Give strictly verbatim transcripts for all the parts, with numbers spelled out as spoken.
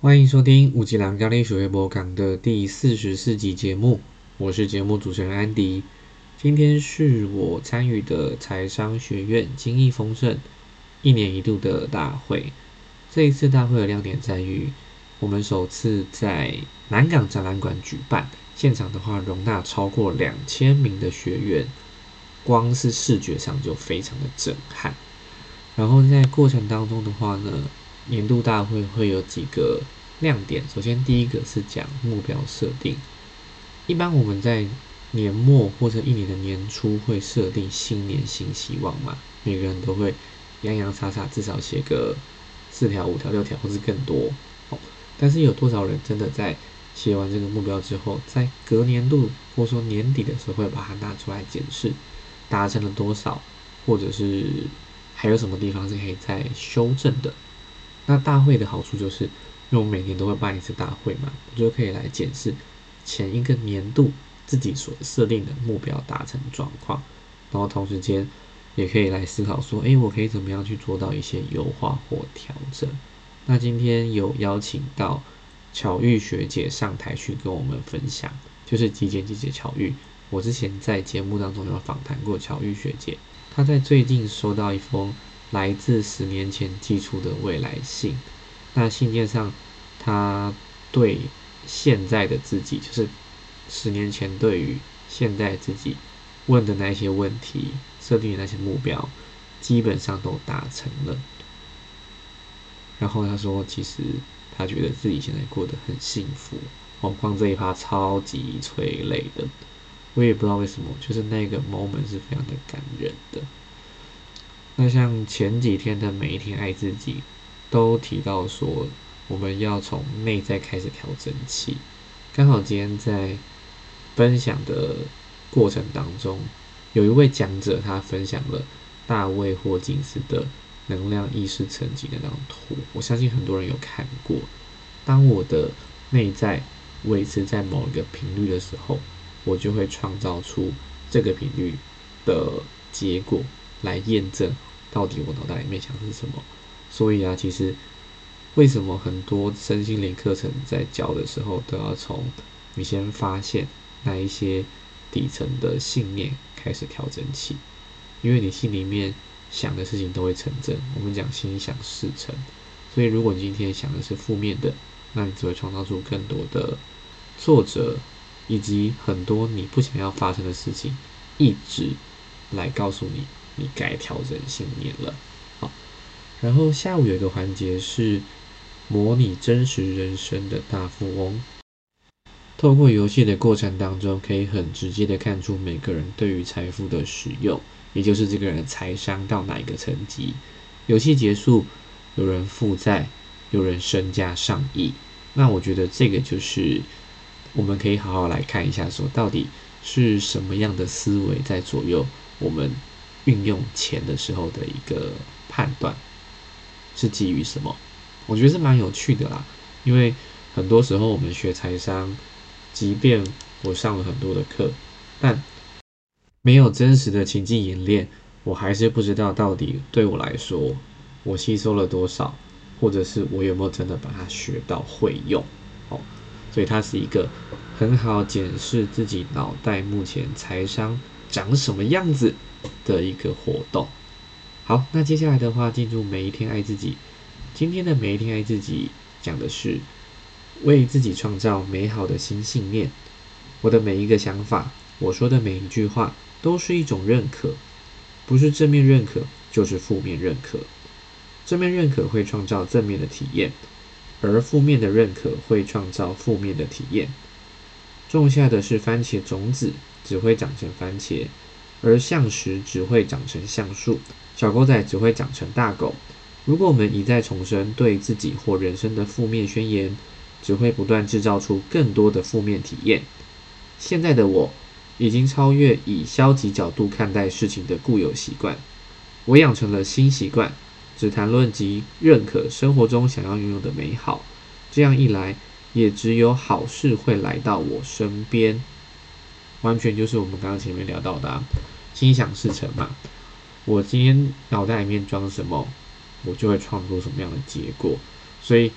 欢迎收听五吉郎教练学微博港的第四十四集节目，我是节目主持人安迪。今天是我参与的财商学院精益丰盛一年一度的大会。这一次大会的亮点在于，我们首次在南港展览馆举办，现场的话容纳超过两千名的学员，光是视觉上就非常的震撼。然后在过程当中的话呢，年度大会会有几个亮点。首先第一个是讲目标设定。一般我们在年末或者一年的年初会设定新年新希望嘛，每个人都会洋洋洒洒至少写个四条五条六条或是更多、哦、但是有多少人真的在写完这个目标之后，在隔年度或说年底的时候会把它拿出来检视，达成了多少，或者是还有什么地方是可以再修正的。那大会的好处就是，因为我们每年都会办一次大会嘛，我就可以来检视前一个年度自己所设定的目标达成状况，然后同时间也可以来思考说，诶，我可以怎么样去做到一些优化或调整。那今天有邀请到巧玉学姐上台去跟我们分享，就是极简姐姐巧玉。我之前在节目当中有访谈过巧玉学姐，她在最近收到一封来自十年前寄出的未来信。那信件上，她对现在的自己，就是十年前对于现在自己问的那些问题、设定的那些目标，基本上都达成了。然后他说，其实他觉得自己现在过得很幸福。哦，光这一趴超级催泪的，我也不知道为什么，就是那个 moment 是非常的感人的。那像前几天的每一天爱自己，都提到说我们要从内在开始调整起。刚好今天在分享的过程当中，有一位讲者他分享了大卫霍金斯的能量意识层级的那张图，我相信很多人有看过。当我的内在维持在某一个频率的时候，我就会创造出这个频率的结果来验证到底我脑袋里面想的是什么。所以啊，其实为什么很多身心灵课程在教的时候都要从你先发现那一些底层的信念开始调整起，因为你心里面想的事情都会成真，我们讲心想事成。所以如果你今天想的是负面的，那你只会创造出更多的挫折，以及很多你不想要发生的事情，一直来告诉你你该调整信念了。好，然后下午有一个环节是模拟真实人生的大富翁。透过游戏的过程当中，可以很直接的看出每个人对于财富的使用，也就是这个人的财商到哪一个层级。游戏结束，有人负债，有人身价上亿。那我觉得这个就是我们可以好好来看一下，说到底是什么样的思维在左右我们运用钱的时候的一个判断，是基于什么？我觉得是蛮有趣的啦，因为很多时候我们学财商，即便我上了很多的课，但没有真实的情境演练，我还是不知道到底对我来说，我吸收了多少，或者是我有没有真的把它学到会用。哦，所以它是一个很好检视自己脑袋目前财商长什么样子的一个活动。好，那接下来的话，进入每一天爱自己。今天的每一天爱自己讲的是为自己创造美好的新信念。我的每一个想法，我说的每一句话，都是一种认可，不是正面认可，就是负面认可。正面认可会创造正面的体验，而负面的认可会创造负面的体验。种下的是番茄种子，只会长成番茄，而橡实只会长成橡树，小狗仔只会长成大狗。如果我们一再重申对自己或人生的负面宣言，只会不断制造出更多的负面体验。现在的我已经超越以消极角度看待事情的固有习惯，我养成了新习惯，只谈论及认可生活中想要拥有的美好。这样一来，也只有好事会来到我身边。完全就是我们刚刚前面聊到的、啊、心想事成嘛。我今天脑袋里面装什么，我就会创出什么样的结果。所以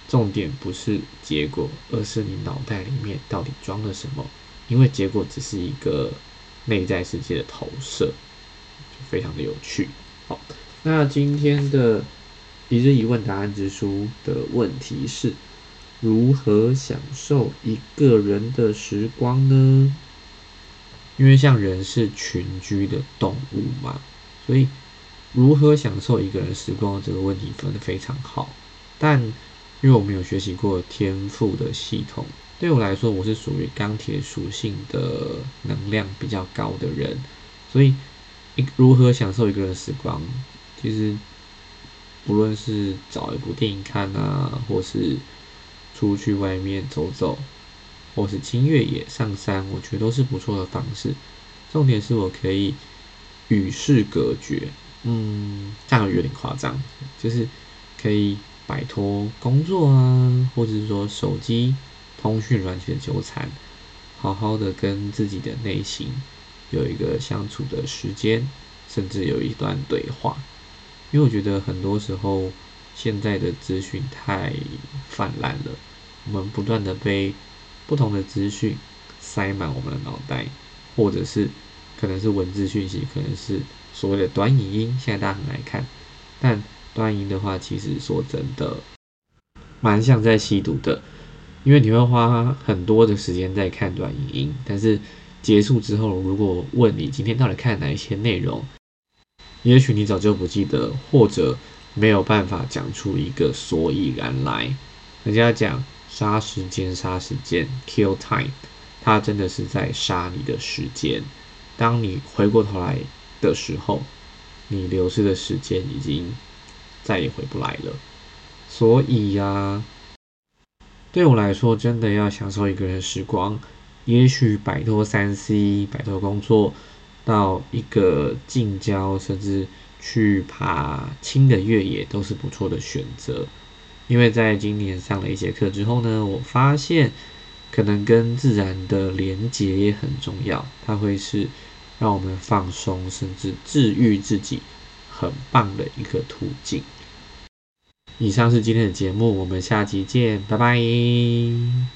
重点不是结果，而是你脑袋里面到底装了什么。因为结果只是一个内在世界的投射，就非常的有趣。好，那今天的一日一问答案之书的问题是：如何享受一个人的时光呢？因为像人是群居的动物嘛，所以如何享受一个人时光的这个问题分得非常好。但因为我没有学习过天赋的系统，对我来说，我是属于钢铁属性的能量比较高的人，所以如何享受一个人的时光，其实不论是找一部电影看啊，或是出去外面走走，或是轻越野上山，我觉得都是不错的方式。重点是我可以与世隔绝，嗯，这样有点夸张，就是可以摆脱工作啊，或者是说手机通讯软件的纠缠，好好的跟自己的内心有一个相处的时间，甚至有一段对话。因为我觉得很多时候现在的资讯太泛滥了，我们不断的被不同的资讯塞满我们的脑袋，或者是可能是文字讯息，可能是所谓的短影音，现在大家很爱看。但短影音的话，其实说真的，蛮像在吸毒的，因为你会花很多的时间在看短影音，但是结束之后，如果问你今天到底看哪一些内容，也许你早就不记得，或者没有办法讲出一个所以然来。人家讲杀时间，杀时间 ，kill time， 它真的是在杀你的时间。当你回过头来的时候，你流失的时间已经再也回不来了。所以呀、啊，对我来说，真的要享受一个人的时光，也许摆脱三 C， 摆脱工作，到一个近郊，甚至去爬轻的越野，都是不错的选择。因为在今年上了一节课之后呢，我发现可能跟自然的连结也很重要，它会是让我们放松，甚至治愈自己很棒的一个途径。以上是今天的节目，我们下集见，拜拜。